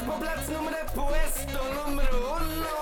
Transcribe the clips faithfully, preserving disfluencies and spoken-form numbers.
på plats nummer ett på Eston-området.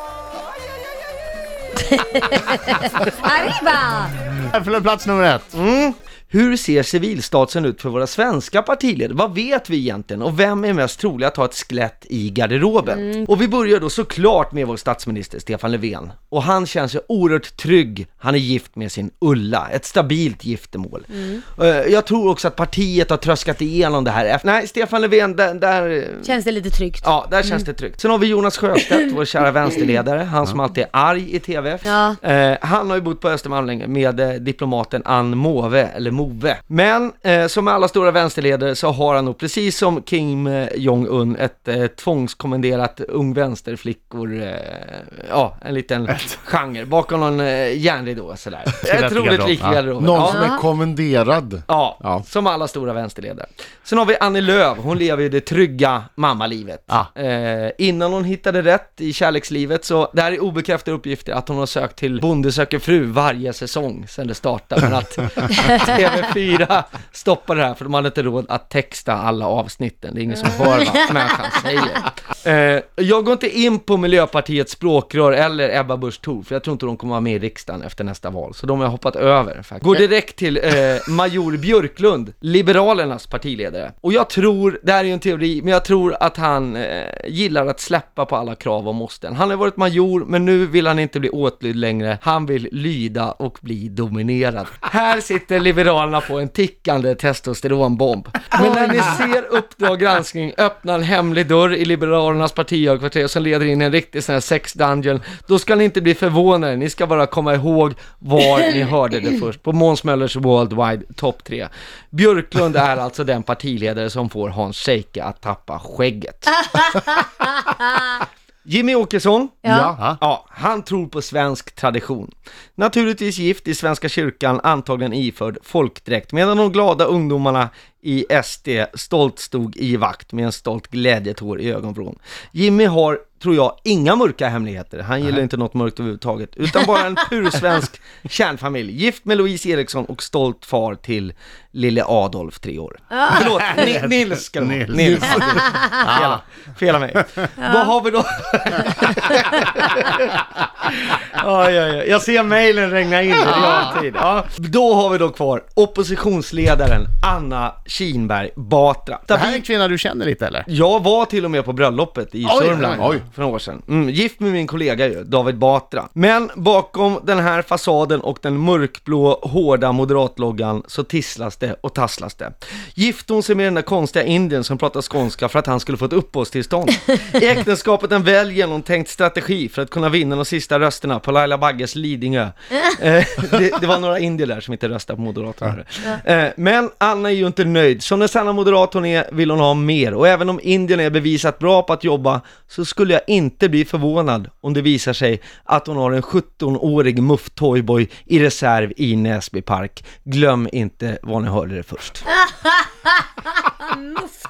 Arriba! För plats nummer ett. Mm. Hur ser civilstatusen ut för våra svenska partiledare? Vad vet vi egentligen? Och vem är mest trolig att ha ett skelett i garderoben? Mm. Och vi börjar då såklart med vår statsminister Stefan Löfven. Och han känns ju oerhört trygg. Han är gift med sin Ulla. Ett stabilt giftermål. Mm. Uh, jag tror också att partiet har tröskat igenom det här. Nej, Stefan Löfven, där... där känns det lite tryggt. Ja, där känns mm. det tryggt. Sen har vi Jonas Sjöstedt, vår kära vänsterledare. Han som alltid är arg i tv. Ja. Uh, han har ju bott på Östermalm länge med uh, diplomaten Ann Move, eller Move. Men eh, som alla stora vänsterledare så har han nog precis som Kim eh, Jong-Un ett eh, tvångskommenderat ung vänsterflickor, eh, ja, en liten genre bakom någon eh, järnridå sådär. Ett roligt lik ja. Någon ja. som är kommenderad. Ja, ja, som alla stora vänsterledare. Sen har vi Annie Lööf, hon lever ju det trygga mammalivet. Ja. Eh, innan hon hittade rätt i kärlekslivet, så det här är obekräftade uppgifter att hon har sökt till Bonde söker fru varje säsong sedan det startade. Men att T V fyra stoppar det här för de hade inte råd att texta alla avsnitten. Det är ingen som hör vad människan säger. Eh, jag går inte in på Miljöpartiets språkrör eller Ebba Busch Thor, för jag tror inte de kommer vara med i riksdagen efter nästa val. Så de har hoppat över. Faktiskt. Går direkt till eh, Major Björklund, Liberalernas partiledare. Och jag tror, det här är ju en teori, men jag tror att han eh, gillar att släppa på alla krav och måsten. Han har varit major, men nu vill han inte bli åtlydd längre. Han vill lyda och bli dominerad. Här sitter Liberalerna på en tickande testosteronbomb. Men när ni ser Uppdrag granskning öppna en hemlig dörr i Liberalernas partihögkvarter och som leder in en riktig sån här sex dungeon, då ska ni inte bli förvånade. Ni ska bara komma ihåg var ni hörde det först. På Måns Möllers Worldwide topp tre. Björklund är alltså den partiledare som får Hans Scheike att tappa skägget. Jimmy Åkesson, ja. Ja, han tror på svensk tradition. Naturligtvis gift i Svenska kyrkan, antagligen iförd folkdräkt, medan de glada ungdomarna i S D stolt stod i vakt med en stolt glädjetår i ögonvrån. Jimmy har, tror jag, inga mörka hemligheter. Han gillar Nej. inte något mörkt överhuvudtaget, utan bara en pur svensk kärnfamilj. Gift med Louise Eriksson och stolt far till lille Adolf, tre år. Ah. Förlåt, N- Nils ska det vara. Nils. Fela, fela mig. Ja. Vad har vi då? Oj, oj, oj. Jag ser mejlen regna in i realtid. Ja. Då har vi då kvar oppositionsledaren Anna Kinberg Batra. Det här är en kvinna du känner lite, eller? Jag var till och med på bröllopet i oj, Sörmland oj. för några år sedan. Mm, gift med min kollega ju, David Batra. Men bakom den här fasaden och den mörkblå, hårda moderatloggan så tisslas det och tasslas det. Gift hon sig med den där konstiga indien som pratar skånska för att han skulle få ett uppehållstillstånd. I äktenskapet en väl genomtänkt strategi för att kunna vinna de sista rösterna på Laila Bagges Lidingö. Eh, det, det var några indier där som inte röstade på Moderaterna. Ja. Eh, men Anna är ju inte nöjd. Som den sanna moderat hon är vill hon ha mer. Och även om Indien är bevisat bra på att jobba, så skulle jag inte bli förvånad om det visar sig att hon har en sjutton-årig muff toyboy i reserv i Näsby Park. Glöm inte vad ni hörde det först. Muff